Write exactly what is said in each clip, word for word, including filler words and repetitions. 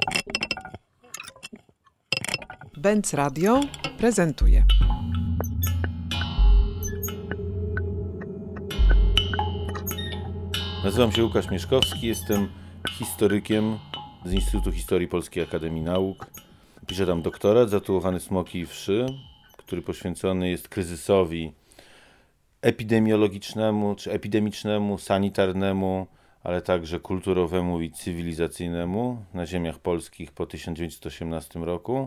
Benz Radio prezentuje. Nazywam się Łukasz Mieszkowski, jestem historykiem z Instytutu Historii Polskiej Akademii Nauk. Piszę tam doktorat, zatytułowany Smoki i wszy, który poświęcony jest kryzysowi epidemiologicznemu czy epidemicznemu, sanitarnemu, ale także kulturowemu i cywilizacyjnemu na ziemiach polskich po tysiąc dziewięćset osiemnastym roku.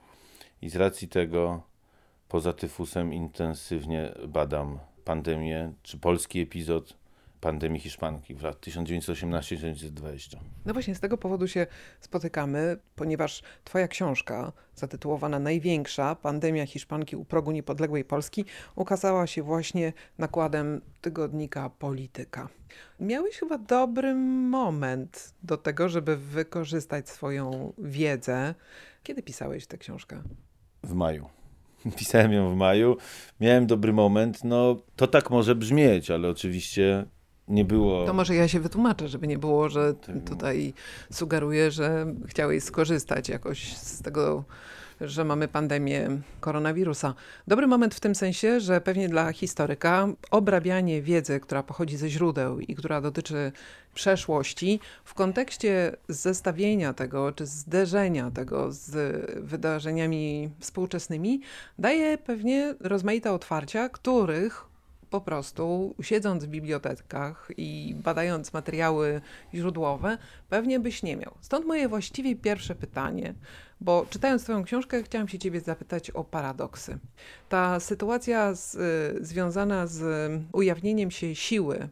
I z racji tego poza tyfusem intensywnie badam pandemię, czy polski epizod pandemii hiszpanki w latach tysiąc dziewięćset osiemnasty do tysiąc dziewięćset dwudziestego. No właśnie z tego powodu się spotykamy, ponieważ twoja książka zatytułowana Największa pandemia hiszpanki u progu niepodległej Polski ukazała się właśnie nakładem tygodnika Polityka. Miałeś chyba dobry moment do tego, żeby wykorzystać swoją wiedzę. Kiedy pisałeś tę książkę? W maju. Pisałem ją w maju. Miałem dobry moment. No to tak może brzmieć, ale oczywiście nie było... To może ja się wytłumaczę, żeby nie było, że tutaj sugeruję, że chciałeś skorzystać jakoś z tego, że mamy pandemię koronawirusa. Dobry moment w tym sensie, że pewnie dla historyka obrabianie wiedzy, która pochodzi ze źródeł i która dotyczy przeszłości, w kontekście zestawienia tego, czy zderzenia tego z wydarzeniami współczesnymi, daje pewnie rozmaite otwarcia, których po prostu siedząc w bibliotekach i badając materiały źródłowe, pewnie byś nie miał. Stąd moje właściwie pierwsze pytanie, bo czytając twoją książkę chciałam się ciebie zapytać o paradoksy. Ta sytuacja z, związana z ujawnieniem się siły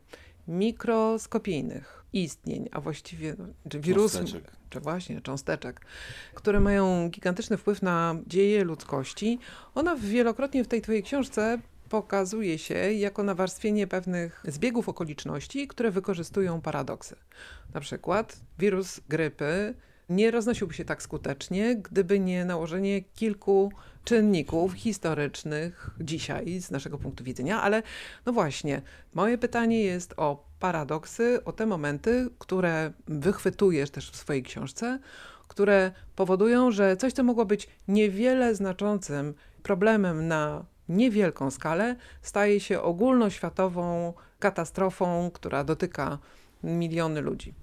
mikroskopijnych istnień, a właściwie czy wirusów, czy właśnie cząsteczek, które mają gigantyczny wpływ na dzieje ludzkości, ona wielokrotnie w tej twojej książce pokazuje się jako nawarstwienie pewnych zbiegów okoliczności, które wykorzystują paradoksy. Na przykład wirus grypy nie roznosiłby się tak skutecznie, gdyby nie nałożenie kilku czynników historycznych dzisiaj z naszego punktu widzenia, ale no właśnie, moje pytanie jest o paradoksy, o te momenty, które wychwytujesz też w swojej książce, które powodują, że coś, co mogło być niewiele znaczącym problemem na niewielką skalę, staje się ogólnoświatową katastrofą, która dotyka miliony ludzi.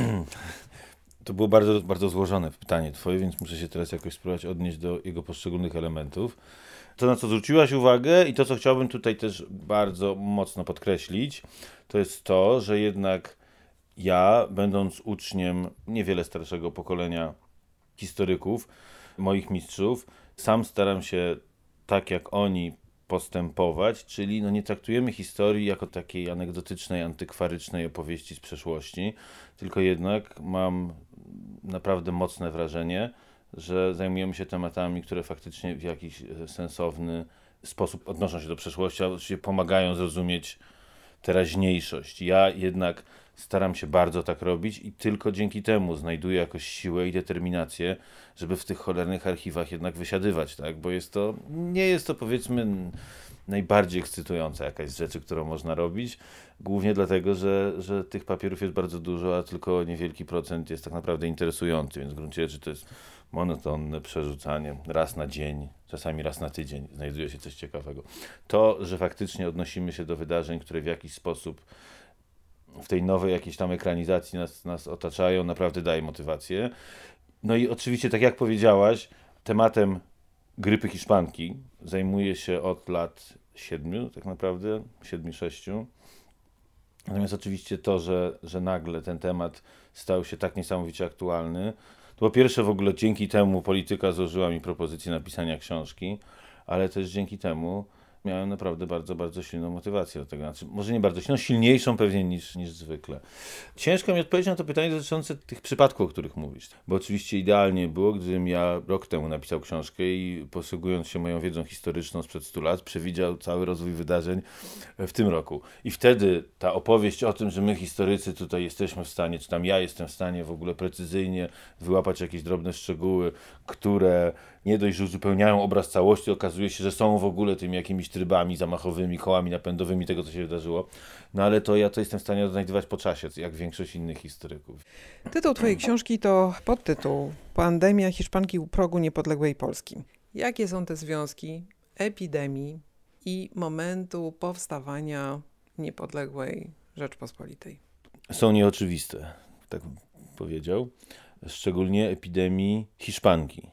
To było bardzo, bardzo złożone pytanie twoje, więc muszę się teraz jakoś spróbować odnieść do jego poszczególnych elementów. To, na co zwróciłaś uwagę i to, co chciałbym tutaj też bardzo mocno podkreślić, to jest to, że jednak ja, będąc uczniem niewiele starszego pokolenia historyków, moich mistrzów, sam staram się tak jak oni postępować, czyli no nie traktujemy historii jako takiej anegdotycznej, antykwarycznej opowieści z przeszłości, tylko jednak mam naprawdę mocne wrażenie, że zajmujemy się tematami, które faktycznie w jakiś sensowny sposób odnoszą się do przeszłości, a oczywiście pomagają zrozumieć teraźniejszość. Ja jednak staram się bardzo tak robić i tylko dzięki temu znajduję jakoś siłę i determinację, żeby w tych cholernych archiwach jednak wysiadywać, tak? Bo jest to, nie jest to powiedzmy najbardziej ekscytująca jakaś z rzeczy, którą można robić, głównie dlatego, że, że tych papierów jest bardzo dużo, a tylko niewielki procent jest tak naprawdę interesujący, więc w gruncie rzeczy to jest monotonne przerzucanie raz na dzień, czasami raz na tydzień znajduje się coś ciekawego. To, że faktycznie odnosimy się do wydarzeń, które w jakiś sposób w tej nowej jakiejś tam ekranizacji nas, nas otaczają, naprawdę daje motywację. No i oczywiście, tak jak powiedziałaś, tematem grypy hiszpanki zajmuję się od lat siedmiu, tak naprawdę, siedmiu, sześciu. Natomiast oczywiście to, że, że nagle ten temat stał się tak niesamowicie aktualny, to po pierwsze w ogóle dzięki temu Polityka złożyła mi propozycję napisania książki, ale też dzięki temu miałem naprawdę bardzo, bardzo silną motywację do tego. Znaczy, może nie bardzo silną, silniejszą pewnie niż, niż zwykle. Ciężko mi odpowiedzieć na to pytanie dotyczące tych przypadków, o których mówisz. Bo oczywiście idealnie było, gdybym ja rok temu napisał książkę i posługując się moją wiedzą historyczną sprzed stu lat, przewidział cały rozwój wydarzeń w tym roku. I wtedy ta opowieść o tym, że my historycy tutaj jesteśmy w stanie, czy tam ja jestem w stanie w ogóle precyzyjnie wyłapać jakieś drobne szczegóły, które nie dość, że uzupełniają obraz całości, okazuje się, że są w ogóle tymi jakimiś trybami zamachowymi, kołami napędowymi tego, co się wydarzyło. No ale to ja to jestem w stanie odnajdywać po czasie, jak większość innych historyków. Tytuł twojej książki to podtytuł Pandemia hiszpanki u progu niepodległej Polski. Jakie są te związki epidemii i momentu powstawania niepodległej Rzeczpospolitej? Są nieoczywiste, tak bym powiedział. Szczególnie epidemii hiszpanki.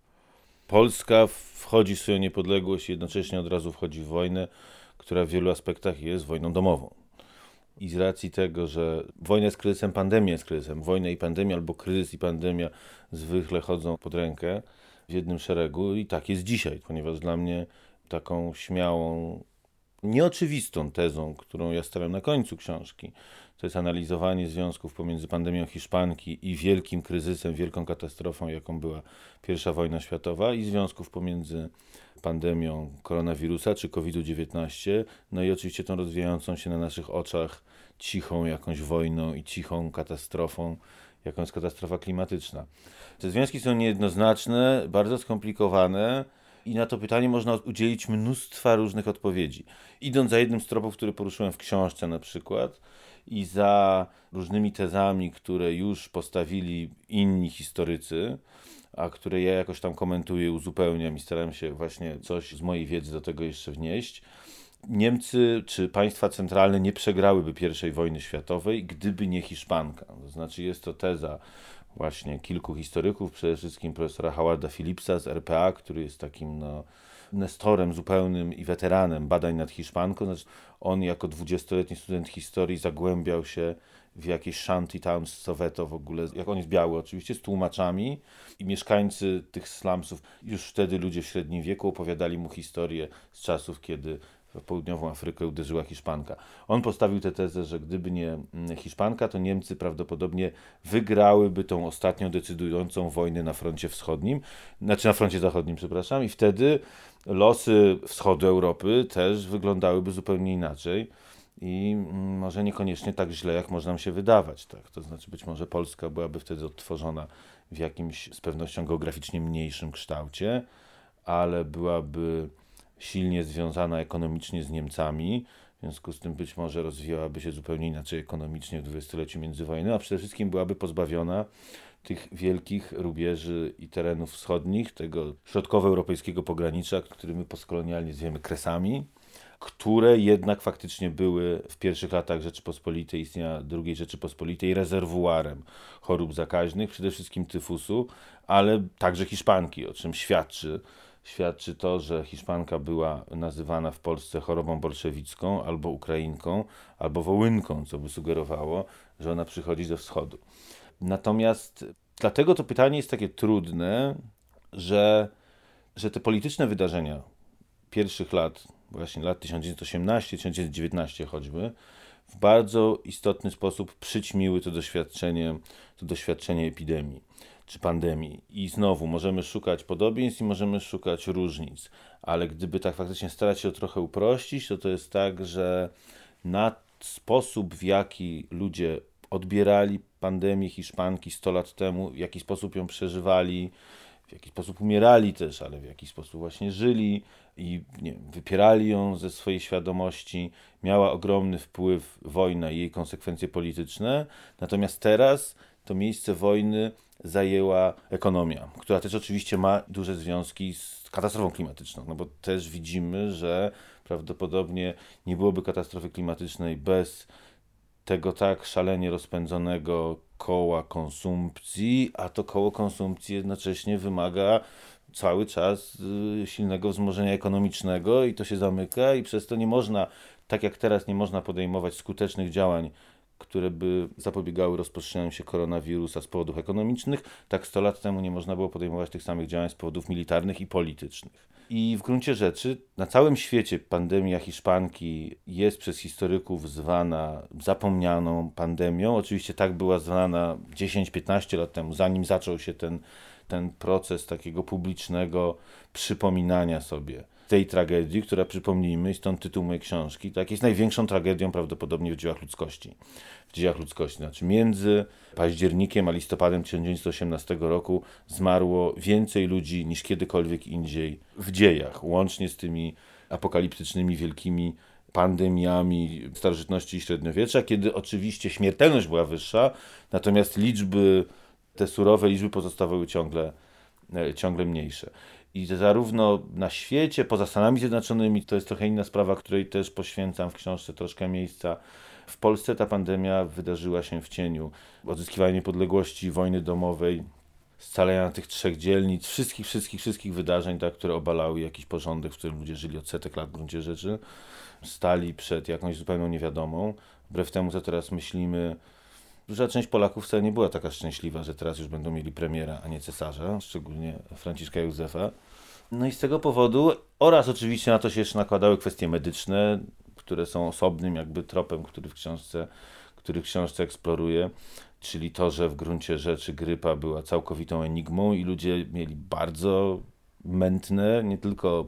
Polska wchodzi w swoją niepodległość i jednocześnie od razu wchodzi w wojnę, która w wielu aspektach jest wojną domową. I z racji tego, że wojna jest kryzysem, pandemia jest kryzysem, wojna i pandemia albo kryzys i pandemia zwykle chodzą pod rękę w jednym szeregu i tak jest dzisiaj, ponieważ dla mnie taką śmiałą, nieoczywistą tezą, którą ja stawiam na końcu książki, to jest analizowanie związków pomiędzy pandemią hiszpanki i wielkim kryzysem, wielką katastrofą, jaką była pierwsza wojna światowa, i związków pomiędzy pandemią koronawirusa czy kowid dziewiętnaście, no i oczywiście tą rozwijającą się na naszych oczach cichą jakąś wojną i cichą katastrofą, jaką jest katastrofa klimatyczna. Te związki są niejednoznaczne, bardzo skomplikowane i na to pytanie można udzielić mnóstwa różnych odpowiedzi. Idąc za jednym z tropów, który poruszyłem w książce na przykład, i za różnymi tezami, które już postawili inni historycy, a które ja jakoś tam komentuję, uzupełniam i staram się właśnie coś z mojej wiedzy do tego jeszcze wnieść. Niemcy czy państwa centralne nie przegrałyby pierwszej wojny światowej, gdyby nie Hiszpanka. To znaczy jest to teza właśnie kilku historyków, przede wszystkim profesora Howarda Phillipsa z R P A, który jest takim no, nestorem zupełnym i weteranem badań nad Hiszpanką. Znaczy, on jako dwudziestoletni student historii zagłębiał się w jakieś shanty towns Soweto w ogóle, jak on jest biały oczywiście, z tłumaczami, i mieszkańcy tych slumsów, już wtedy ludzie w średnim wieku, opowiadali mu historię z czasów, kiedy w południową Afrykę uderzyła Hiszpanka. On postawił tę tezę, że gdyby nie Hiszpanka, to Niemcy prawdopodobnie wygrałyby tą ostatnią decydującą wojnę na froncie wschodnim, znaczy na froncie zachodnim, przepraszam, i wtedy losy wschodu Europy też wyglądałyby zupełnie inaczej i może niekoniecznie tak źle, jak można nam się wydawać. Tak? To znaczy być może Polska byłaby wtedy odtworzona w jakimś z pewnością geograficznie mniejszym kształcie, ale byłaby silnie związana ekonomicznie z Niemcami, w związku z tym być może rozwijałaby się zupełnie inaczej ekonomicznie w dwudziestoleciu międzywojennym, a przede wszystkim byłaby pozbawiona tych wielkich rubieży i terenów wschodnich, tego środkowoeuropejskiego pogranicza, który my postkolonialnie zwiemy Kresami, które jednak faktycznie były w pierwszych latach Rzeczypospolitej, istnienia drugiej Rzeczypospolitej, rezerwuarem chorób zakaźnych, przede wszystkim tyfusu, ale także hiszpanki, o czym świadczy Świadczy to, że Hiszpanka była nazywana w Polsce chorobą bolszewicką, albo Ukrainką, albo Wołynką, co by sugerowało, że ona przychodzi ze wschodu. Natomiast dlatego to pytanie jest takie trudne, że, że te polityczne wydarzenia pierwszych lat, właśnie lat tysiąc dziewięćset osiemnasty tysiąc dziewięćset dziewiętnasty choćby, w bardzo istotny sposób przyćmiły to doświadczenie, to doświadczenie epidemii czy pandemii. I znowu możemy szukać podobieństw i możemy szukać różnic, ale gdyby tak faktycznie starać się to trochę uprościć, to to jest tak, że na sposób, w jaki ludzie odbierali pandemię hiszpanki sto lat temu, w jaki sposób ją przeżywali, w jaki sposób umierali też, ale w jaki sposób właśnie żyli i nie wiem, wypierali ją ze swojej świadomości, miała ogromny wpływ wojna i jej konsekwencje polityczne. Natomiast teraz to miejsce wojny zajęła ekonomia, która też oczywiście ma duże związki z katastrofą klimatyczną, no bo też widzimy, że prawdopodobnie nie byłoby katastrofy klimatycznej bez tego tak szalenie rozpędzonego koła konsumpcji, a to koło konsumpcji jednocześnie wymaga cały czas silnego wzmożenia ekonomicznego i to się zamyka i przez to nie można, tak jak teraz nie można podejmować skutecznych działań, które by zapobiegały rozprzestrzenianiu się koronawirusa z powodów ekonomicznych, tak sto lat temu nie można było podejmować tych samych działań z powodów militarnych i politycznych. I w gruncie rzeczy na całym świecie pandemia hiszpanki jest przez historyków zwana zapomnianą pandemią. Oczywiście tak była zwana dziesięć piętnaście lat temu, zanim zaczął się ten, ten proces takiego publicznego przypominania sobie tej tragedii, która, przypomnijmy, i stąd tytuł mojej książki, tak, jest największą tragedią prawdopodobnie w dziejach ludzkości. W dziejach ludzkości, znaczy między październikiem a listopadem tysiąc dziewięćset osiemnastego roku zmarło więcej ludzi niż kiedykolwiek indziej w dziejach, łącznie z tymi apokaliptycznymi, wielkimi pandemiami starożytności i średniowiecza, kiedy oczywiście śmiertelność była wyższa, natomiast liczby te surowe liczby pozostawały ciągle, ciągle mniejsze. I zarówno na świecie, poza Stanami Zjednoczonymi, to jest trochę inna sprawa, której też poświęcam w książce troszkę miejsca. W Polsce ta pandemia wydarzyła się w cieniu odzyskiwania niepodległości, wojny domowej, scalenia tych trzech dzielnic, wszystkich, wszystkich, wszystkich wydarzeń, tak, które obalały jakiś porządek, w którym ludzie żyli od setek lat w gruncie rzeczy, stali przed jakąś zupełną niewiadomą. Wbrew temu, co teraz myślimy, duża część Polaków wcale nie była taka szczęśliwa, że teraz już będą mieli premiera, a nie cesarza, szczególnie Franciszka Józefa. No i z tego powodu, oraz oczywiście na to się jeszcze nakładały kwestie medyczne, które są osobnym jakby tropem, który w książce, który w książce eksploruję, czyli to, że w gruncie rzeczy grypa była całkowitą enigmą i ludzie mieli bardzo mętne, nie tylko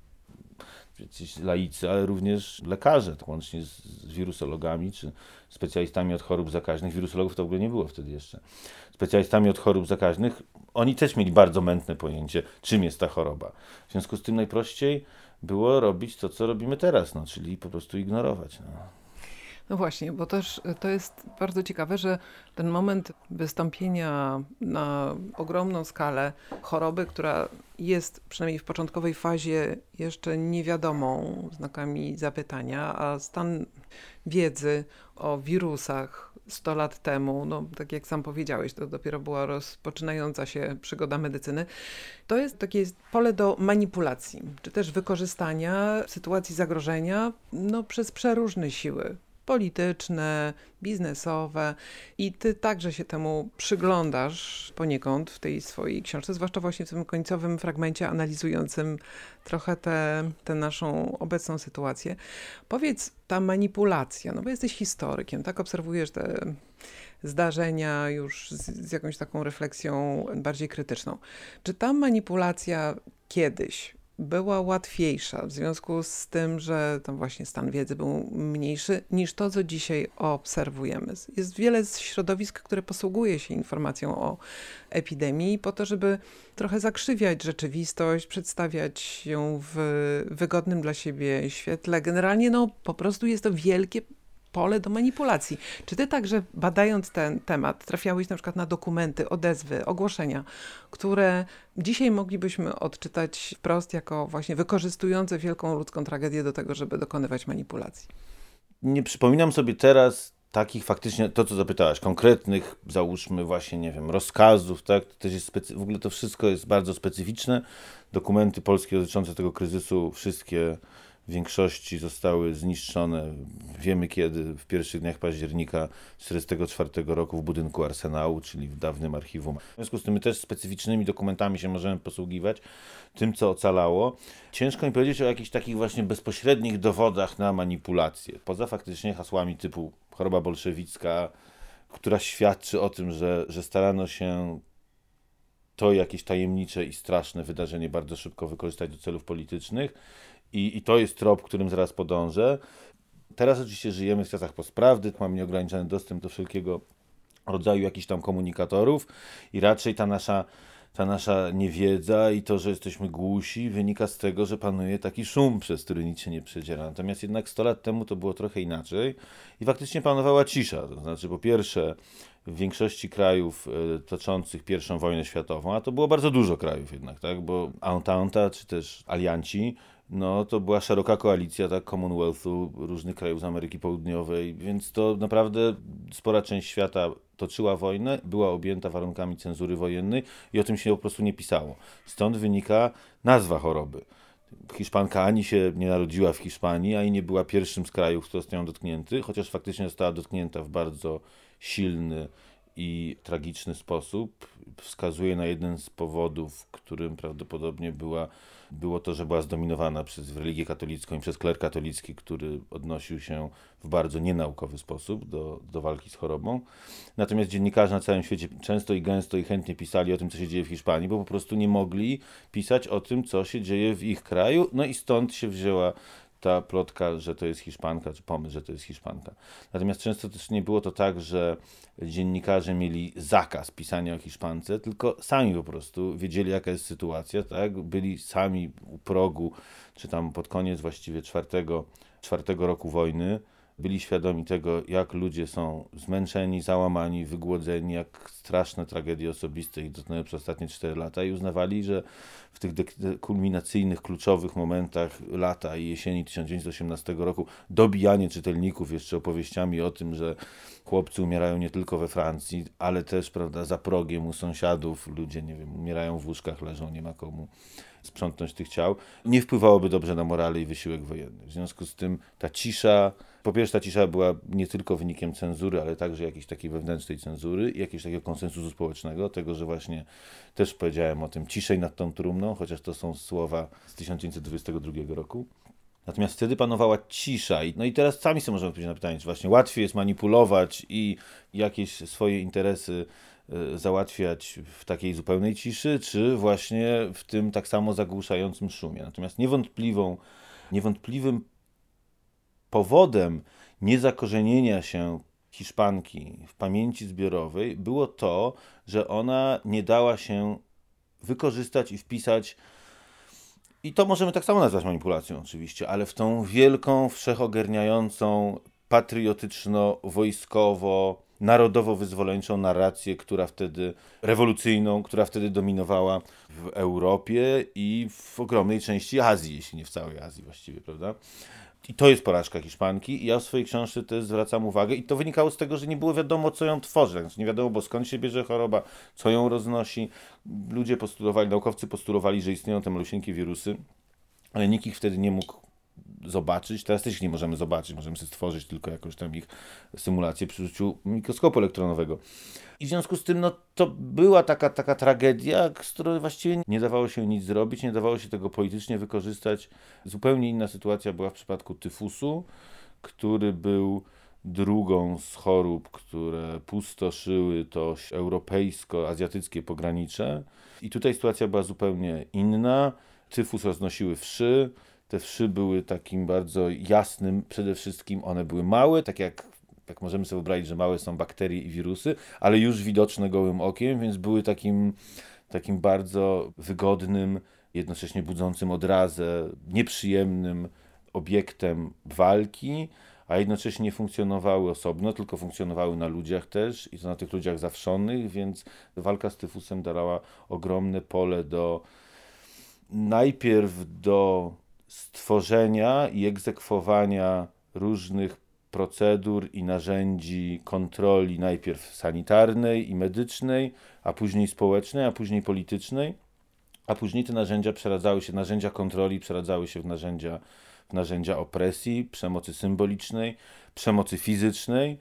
laicy, ale również lekarze, łącznie z, z wirusologami czy specjalistami od chorób zakaźnych. Wirusologów to w ogóle nie było wtedy jeszcze. Specjalistami od chorób zakaźnych, oni też mieli bardzo mętne pojęcie, czym jest ta choroba. W związku z tym najprościej było robić to, co robimy teraz, no, czyli po prostu ignorować. No. No właśnie, bo też to jest bardzo ciekawe, że ten moment wystąpienia na ogromną skalę choroby, która jest przynajmniej w początkowej fazie jeszcze niewiadomą, znakami zapytania, a stan wiedzy o wirusach sto lat temu, no tak jak sam powiedziałeś, to dopiero była rozpoczynająca się przygoda medycyny, to jest takie pole do manipulacji, czy też wykorzystania sytuacji zagrożenia no, przez przeróżne siły. Polityczne, biznesowe i ty także się temu przyglądasz poniekąd w tej swojej książce, zwłaszcza właśnie w tym końcowym fragmencie analizującym trochę tę te, te naszą obecną sytuację. Powiedz, ta manipulacja, no bo jesteś historykiem, tak obserwujesz te zdarzenia już z, z jakąś taką refleksją bardziej krytyczną. Czy ta manipulacja kiedyś była łatwiejsza w związku z tym, że tam właśnie stan wiedzy był mniejszy niż to, co dzisiaj obserwujemy. Jest wiele środowisk, które posługuje się informacją o epidemii po to, żeby trochę zakrzywiać rzeczywistość, przedstawiać ją w wygodnym dla siebie świetle. Generalnie no po prostu jest to wielkie pole do manipulacji. Czy ty także badając ten temat trafiałeś na przykład na dokumenty, odezwy, ogłoszenia, które dzisiaj moglibyśmy odczytać wprost jako właśnie wykorzystujące wielką ludzką tragedię do tego, żeby dokonywać manipulacji? Nie przypominam sobie teraz takich faktycznie, to co zapytałaś, konkretnych, załóżmy właśnie, nie wiem, rozkazów, tak, to też jest specy- w ogóle to wszystko jest bardzo specyficzne. Dokumenty polskie dotyczące tego kryzysu, wszystkie w większości zostały zniszczone. Wiemy kiedy, w pierwszych dniach października tysiąc dziewięćset czterdziestego czwartego roku w budynku Arsenału, czyli w dawnym archiwum. W związku z tym my też specyficznymi dokumentami się możemy posługiwać, tym co ocalało. Ciężko mi powiedzieć o jakichś takich właśnie bezpośrednich dowodach na manipulację. Poza faktycznie hasłami typu choroba bolszewicka, która świadczy o tym, że, że starano się to jakieś tajemnicze i straszne wydarzenie bardzo szybko wykorzystać do celów politycznych. I, I to jest trop, którym zaraz podążę. Teraz oczywiście żyjemy w czasach postprawdy, mamy nieograniczony dostęp do wszelkiego rodzaju jakichś tam komunikatorów i raczej ta nasza, ta nasza niewiedza i to, że jesteśmy głusi, wynika z tego, że panuje taki szum, przez który nic się nie przedziera. Natomiast jednak sto lat temu to było trochę inaczej i faktycznie panowała cisza. To znaczy po pierwsze w większości krajów y, toczących pierwszą wojnę światową, a to było bardzo dużo krajów jednak, tak, bo Entente czy też alianci, no to była szeroka koalicja, tak, Commonwealthu, różnych krajów z Ameryki Południowej, więc to naprawdę spora część świata toczyła wojnę, była objęta warunkami cenzury wojennej i o tym się po prostu nie pisało. Stąd wynika nazwa choroby. Hiszpanka ani się nie narodziła w Hiszpanii, ani nie była pierwszym z krajów, który został dotknięty, chociaż faktycznie została dotknięta w bardzo silny i tragiczny sposób. Wskazuje na jeden z powodów, którym prawdopodobnie była, było to, że była zdominowana przez religię katolicką i przez kler katolicki, który odnosił się w bardzo nienaukowy sposób do, do walki z chorobą. Natomiast dziennikarze na całym świecie często i gęsto i chętnie pisali o tym, co się dzieje w Hiszpanii, bo po prostu nie mogli pisać o tym, co się dzieje w ich kraju. No i stąd się wzięła ta plotka, że to jest Hiszpanka, czy pomysł, że to jest Hiszpanka. Natomiast często też nie było to tak, że dziennikarze mieli zakaz pisania o Hiszpance, tylko sami po prostu wiedzieli, jaka jest sytuacja, tak? Byli sami u progu, czy tam pod koniec właściwie czwartego, czwartego roku wojny, byli świadomi tego, jak ludzie są zmęczeni, załamani, wygłodzeni, jak straszne tragedie osobiste ich dotknęły przez ostatnie cztery lata i uznawali, że w tych de- kulminacyjnych, kluczowych momentach lata i jesieni tysiąc dziewięćset osiemnastego roku dobijanie czytelników jeszcze opowieściami o tym, że chłopcy umierają nie tylko we Francji, ale też, prawda, za progiem u sąsiadów, ludzie, nie wiem, umierają w łóżkach, leżą, nie ma komu sprzątnąć tych ciał, nie wpływałoby dobrze na morale i wysiłek wojenny. W związku z tym ta cisza, po pierwsze ta cisza była nie tylko wynikiem cenzury, ale także jakiejś takiej wewnętrznej cenzury i jakiegoś takiego konsensusu społecznego, tego, że właśnie też powiedziałem o tym ciszej nad tą trumną, chociaż to są słowa z tysiąc dziewięćset dwudziestego drugiego roku. Natomiast wtedy panowała cisza. I, no i teraz sami sobie możemy odpowiedzieć na pytanie, czy właśnie łatwiej jest manipulować i jakieś swoje interesy y, załatwiać w takiej zupełnej ciszy, czy właśnie w tym tak samo zagłuszającym szumie. Natomiast niewątpliwą, niewątpliwym powodem niezakorzenienia się Hiszpanki w pamięci zbiorowej było to, że ona nie dała się wykorzystać i wpisać. I to możemy tak samo nazwać manipulacją oczywiście, ale w tą wielką, wszechogarniającą, patriotyczno-wojskowo, narodowo-wyzwoleńczą narrację, która wtedy, rewolucyjną, która wtedy dominowała w Europie i w ogromnej części Azji, jeśli nie w całej Azji właściwie, prawda? I to jest porażka Hiszpanki i ja w swojej książce też zwracam uwagę i to wynikało z tego, że nie było wiadomo, co ją tworzy. Znaczy, nie wiadomo, bo skąd się bierze choroba, co ją roznosi. Ludzie postulowali, naukowcy postulowali, że istnieją te malusieńkie wirusy, ale nikt ich wtedy nie mógł zobaczyć. Teraz też ich nie możemy zobaczyć, możemy sobie stworzyć tylko jakąś tam ich symulację przy użyciu mikroskopu elektronowego. I w związku z tym, no to była taka, taka tragedia, z której właściwie nie dawało się nic zrobić, nie dawało się tego politycznie wykorzystać. Zupełnie inna sytuacja była w przypadku tyfusu, który był drugą z chorób, które pustoszyły to europejsko-azjatyckie pogranicze. I tutaj sytuacja była zupełnie inna. Tyfus roznosiły wszy. Te wszy były takim bardzo jasnym, przede wszystkim one były małe, tak jak, jak możemy sobie wyobrazić, że małe są bakterie i wirusy, ale już widoczne gołym okiem, więc były takim, takim bardzo wygodnym, jednocześnie budzącym odrazę, nieprzyjemnym obiektem walki, a jednocześnie nie funkcjonowały osobno, tylko funkcjonowały na ludziach też i to na tych ludziach zawszonych, więc walka z tyfusem dawała ogromne pole do najpierw do stworzenia i egzekwowania różnych procedur i narzędzi kontroli, najpierw sanitarnej i medycznej, a później społecznej, a później politycznej, a później te narzędzia przeradzały się, narzędzia kontroli przeradzały się w narzędzia, w narzędzia opresji, przemocy symbolicznej, przemocy fizycznej.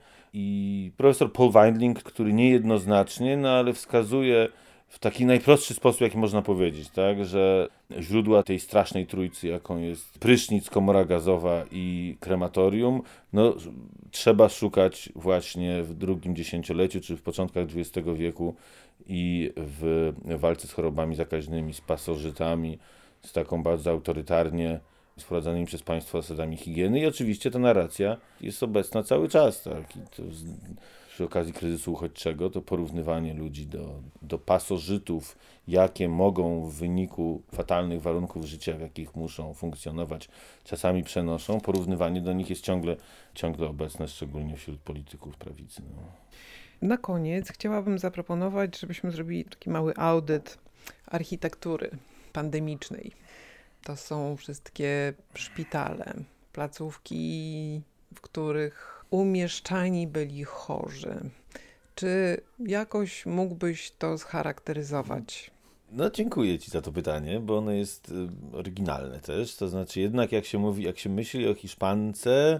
I profesor Paul Weindling, który niejednoznacznie, no ale wskazuje w taki najprostszy sposób, jaki można powiedzieć, tak, że źródła tej strasznej trójcy, jaką jest prysznic, komora gazowa i krematorium, no trzeba szukać właśnie w drugim dziesięcioleciu, czy w początkach dwudziestego wieku i w walce z chorobami zakaźnymi, z pasożytami, z taką bardzo autorytarnie wprowadzanymi przez państwo zasadami higieny i oczywiście ta narracja jest obecna cały czas, tak, i to z, przy okazji kryzysu uchodźczego, to porównywanie ludzi do, do pasożytów, jakie mogą w wyniku fatalnych warunków życia, w jakich muszą funkcjonować, czasami przenoszą, porównywanie do nich jest ciągle, ciągle obecne, szczególnie wśród polityków prawicy. No. Na koniec chciałabym zaproponować, żebyśmy zrobili taki mały audyt architektury pandemicznej. To są wszystkie szpitale, placówki, w których umieszczani byli chorzy. Czy jakoś mógłbyś to scharakteryzować? No dziękuję Ci za to pytanie, bo ono jest y, oryginalne też. To znaczy jednak jak się mówi, jak się myśli o Hiszpance,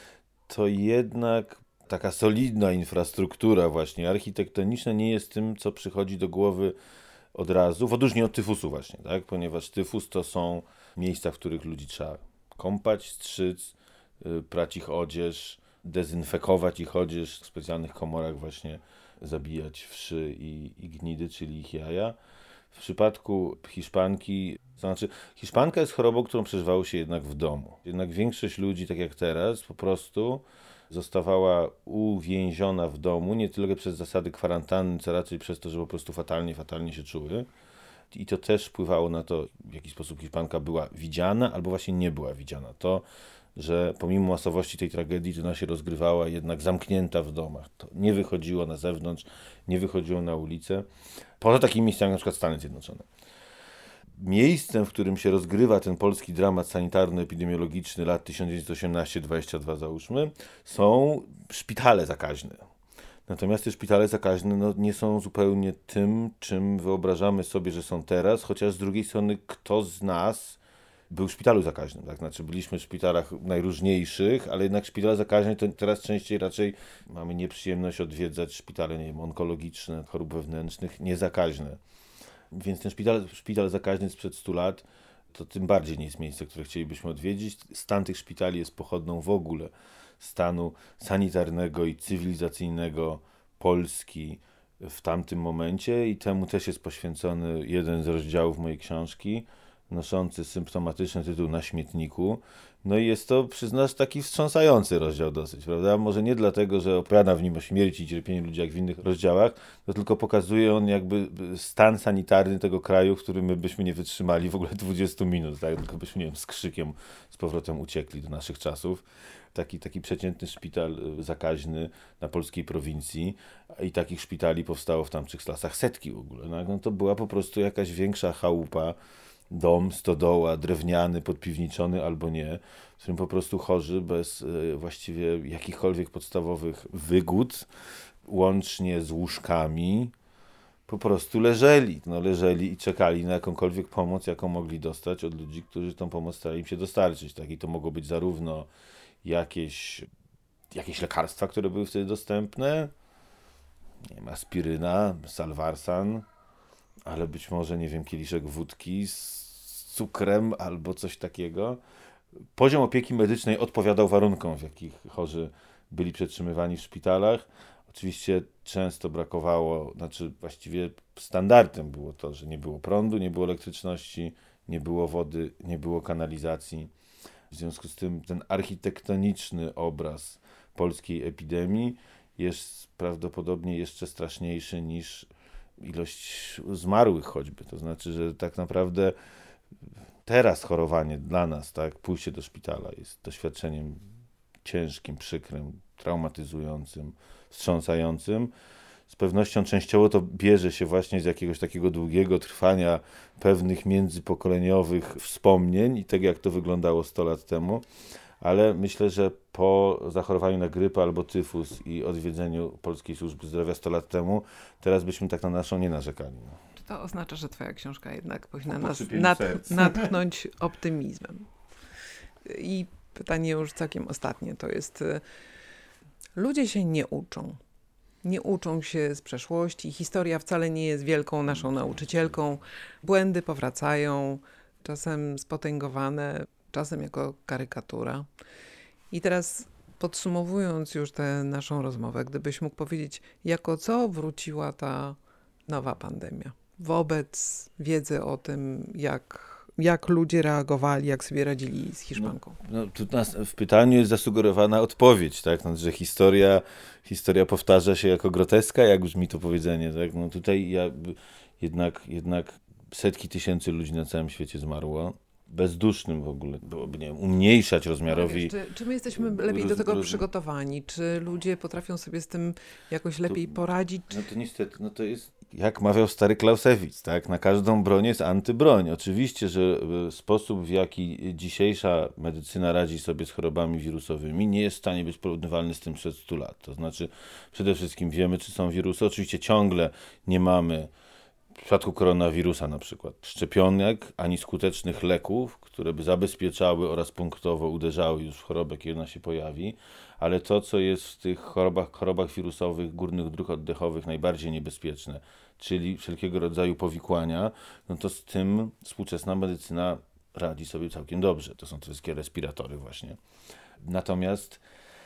to jednak taka solidna infrastruktura właśnie architektoniczna nie jest tym, co przychodzi do głowy od razu, w odróżnieniu od tyfusu właśnie, tak? Ponieważ tyfus to są miejsca, w których ludzi trzeba kąpać, strzyc, y, prać ich odzież, dezynfekować ich odzież, w specjalnych komorach właśnie zabijać wszy i, i gnidy, czyli ich jaja. W przypadku Hiszpanki, to znaczy Hiszpanka jest chorobą, którą przeżywało się jednak w domu. Jednak większość ludzi, tak jak teraz, po prostu zostawała uwięziona w domu, nie tylko przez zasady kwarantanny, co raczej przez to, że po prostu fatalnie, fatalnie się czuły. I to też wpływało na to, w jaki sposób Hiszpanka była widziana, albo właśnie nie była widziana. To że pomimo masowości tej tragedii, to ona się rozgrywała jednak zamknięta w domach. To nie wychodziło na zewnątrz, nie wychodziło na ulicę. Poza takimi miejscami jak na przykład Stany Zjednoczone. Miejscem, w którym się rozgrywa ten polski dramat sanitarno-epidemiologiczny lat tysiąc dziewięćset osiemnaście dwadzieścia dwa załóżmy, są szpitale zakaźne. Natomiast te szpitale zakaźne no, nie są zupełnie tym, czym wyobrażamy sobie, że są teraz, chociaż z drugiej strony kto z nas był w szpitalu zakaźnym, tak? Znaczy byliśmy w szpitalach najróżniejszych, ale jednak szpitale zakaźne to teraz częściej raczej mamy nieprzyjemność odwiedzać szpitale, nie wiem, onkologiczne, chorób wewnętrznych, niezakaźne. Więc ten szpital, szpital zakaźny sprzed stu lat to tym bardziej nie jest miejsce, które chcielibyśmy odwiedzić. Stan tych szpitali jest pochodną w ogóle stanu sanitarnego i cywilizacyjnego Polski w tamtym momencie i temu też jest poświęcony jeden z rozdziałów mojej książki, noszący symptomatyczny tytuł Na śmietniku. No i jest to, przyznasz, taki wstrząsający rozdział dosyć, prawda? Może nie dlatego, że opowiada w nim o śmierci i cierpieniu ludzi jak w innych rozdziałach, to tylko pokazuje on jakby stan sanitarny tego kraju, w którym my byśmy nie wytrzymali w ogóle dwudziestu minut, tak? Tylko byśmy, nie wiem, z krzykiem z powrotem uciekli do naszych czasów. Taki, taki przeciętny szpital zakaźny na polskiej prowincji i takich szpitali powstało w tamtych lasach setki w ogóle. No, no to była po prostu jakaś większa chałupa, dom, stodoła, drewniany, podpiwniczony albo nie, w którym po prostu chorzy bez y, właściwie jakichkolwiek podstawowych wygód, łącznie z łóżkami, po prostu leżeli. No, leżeli i czekali na jakąkolwiek pomoc, jaką mogli dostać od ludzi, którzy tą pomoc starali im się dostarczyć. Tak? I to mogło być zarówno jakieś, jakieś lekarstwa, które były wtedy dostępne, nie wiem, aspiryna, salwarsan, ale być może, nie wiem, kieliszek wódki z cukrem albo coś takiego. Poziom opieki medycznej odpowiadał warunkom, w jakich chorzy byli przetrzymywani w szpitalach. Oczywiście często brakowało, znaczy właściwie standardem było to, że nie było prądu, nie było elektryczności, nie było wody, nie było kanalizacji. W związku z tym ten architektoniczny obraz polskiej epidemii jest prawdopodobnie jeszcze straszniejszy niż ilość zmarłych choćby. To znaczy, że tak naprawdę teraz chorowanie dla nas, tak, pójście do szpitala jest doświadczeniem ciężkim, przykrym, traumatyzującym, wstrząsającym. Z pewnością częściowo to bierze się właśnie z jakiegoś takiego długiego trwania pewnych międzypokoleniowych wspomnień i tego, jak to wyglądało sto lat temu. Ale myślę, że po zachorowaniu na grypę albo tyfus i odwiedzeniu Polskiej Służby Zdrowia sto lat temu, teraz byśmy tak na naszą nie narzekali. No. Czy to oznacza, że twoja książka jednak powinna nas nat- natchnąć optymizmem? I pytanie już całkiem ostatnie, to jest, ludzie się nie uczą. Nie uczą się z przeszłości. Historia wcale nie jest wielką naszą nauczycielką. Błędy powracają, czasem spotęgowane, czasem jako karykatura. I teraz podsumowując już tę naszą rozmowę, gdybyś mógł powiedzieć, jako co wróciła ta nowa pandemia? Wobec wiedzy o tym, jak, jak ludzie reagowali, jak sobie radzili z hiszpanką. No, no, tu nas w pytaniu jest zasugerowana odpowiedź, tak? No, że historia, historia powtarza się jako groteska, jak brzmi to powiedzenie. Tak? No, tutaj ja, jednak, jednak setki tysięcy ludzi na całym świecie zmarło. Bezdusznym w ogóle byłoby, nie wiem, umniejszać rozmiarowi. Wiesz, czy, czy my jesteśmy lepiej do tego przygotowani? Czy ludzie potrafią sobie z tym jakoś lepiej to, poradzić? No to niestety, no to jest, jak mawiał stary Clausewitz, tak? Na każdą broń jest antybroń. Oczywiście, że sposób, w jaki dzisiejsza medycyna radzi sobie z chorobami wirusowymi, nie jest w stanie być porównywalny z tym sprzed stu lat. To znaczy, przede wszystkim wiemy, czy są wirusy. Oczywiście ciągle nie mamy, w przypadku koronawirusa na przykład, szczepionek ani skutecznych leków, które by zabezpieczały oraz punktowo uderzały już w chorobę, kiedy ona się pojawi, ale to, co jest w tych chorobach, chorobach wirusowych górnych dróg oddechowych najbardziej niebezpieczne, czyli wszelkiego rodzaju powikłania, no to z tym współczesna medycyna radzi sobie całkiem dobrze. To są te wszystkie respiratory właśnie. Natomiast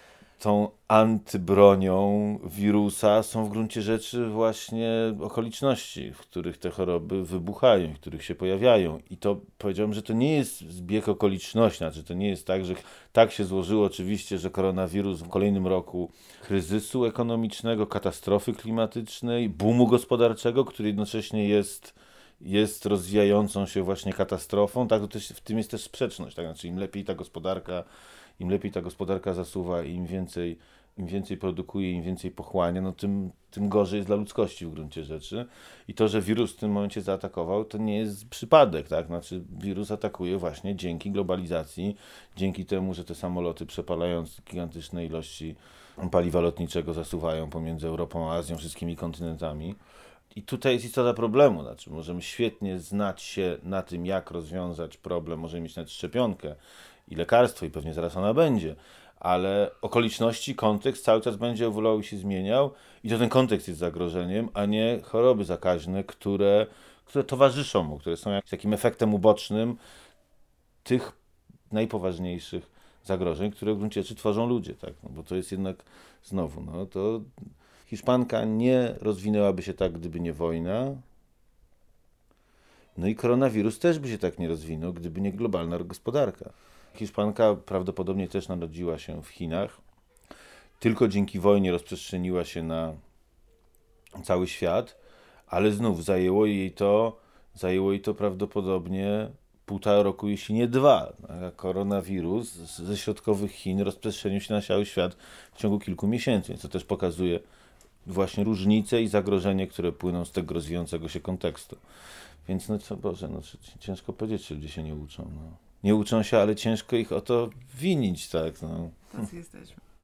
tą antybronią wirusa są w gruncie rzeczy właśnie okoliczności, w których te choroby wybuchają, w których się pojawiają. I to powiedziałbym, że to nie jest zbieg okoliczności, znaczy to nie jest tak, że tak się złożyło oczywiście, że koronawirus w kolejnym roku kryzysu ekonomicznego, katastrofy klimatycznej, boomu gospodarczego, który jednocześnie jest, jest rozwijającą się właśnie katastrofą, tak to też, w tym jest też sprzeczność, tak? Znaczy im lepiej ta gospodarka, im lepiej ta gospodarka zasuwa i im więcej, im więcej produkuje, im więcej pochłania, no tym, tym gorzej jest dla ludzkości w gruncie rzeczy. I to, że wirus w tym momencie zaatakował, to nie jest przypadek, tak? Znaczy wirus atakuje właśnie dzięki globalizacji, dzięki temu, że te samoloty przepalając gigantyczne ilości paliwa lotniczego zasuwają pomiędzy Europą a Azją, wszystkimi kontynentami. I tutaj jest istota problemu, znaczy możemy świetnie znać się na tym, jak rozwiązać problem, możemy mieć nawet szczepionkę i lekarstwo i pewnie zaraz ona będzie, ale okoliczności, kontekst cały czas będzie ewoluował i się zmieniał i to ten kontekst jest zagrożeniem, a nie choroby zakaźne, które, które towarzyszą mu, które są jakimś takim efektem ubocznym tych najpoważniejszych zagrożeń, które w gruncie rzeczy tworzą ludzie, tak? No bo to jest jednak znowu, no to Hiszpanka nie rozwinęłaby się tak, gdyby nie wojna. No i koronawirus też by się tak nie rozwinął, gdyby nie globalna gospodarka. Hiszpanka prawdopodobnie też narodziła się w Chinach. Tylko dzięki wojnie rozprzestrzeniła się na cały świat, ale znów zajęło jej to, zajęło jej to prawdopodobnie półtora roku, jeśli nie dwa. A koronawirus ze środkowych Chin rozprzestrzenił się na cały świat w ciągu kilku miesięcy, więc to też pokazuje właśnie różnice i zagrożenie, które płyną z tego rozwijającego się kontekstu. Więc no co Boże, no ciężko powiedzieć, czy ludzie się nie uczą. No. Nie uczą się, ale ciężko ich o to winić, tak. No. Tacy jesteśmy.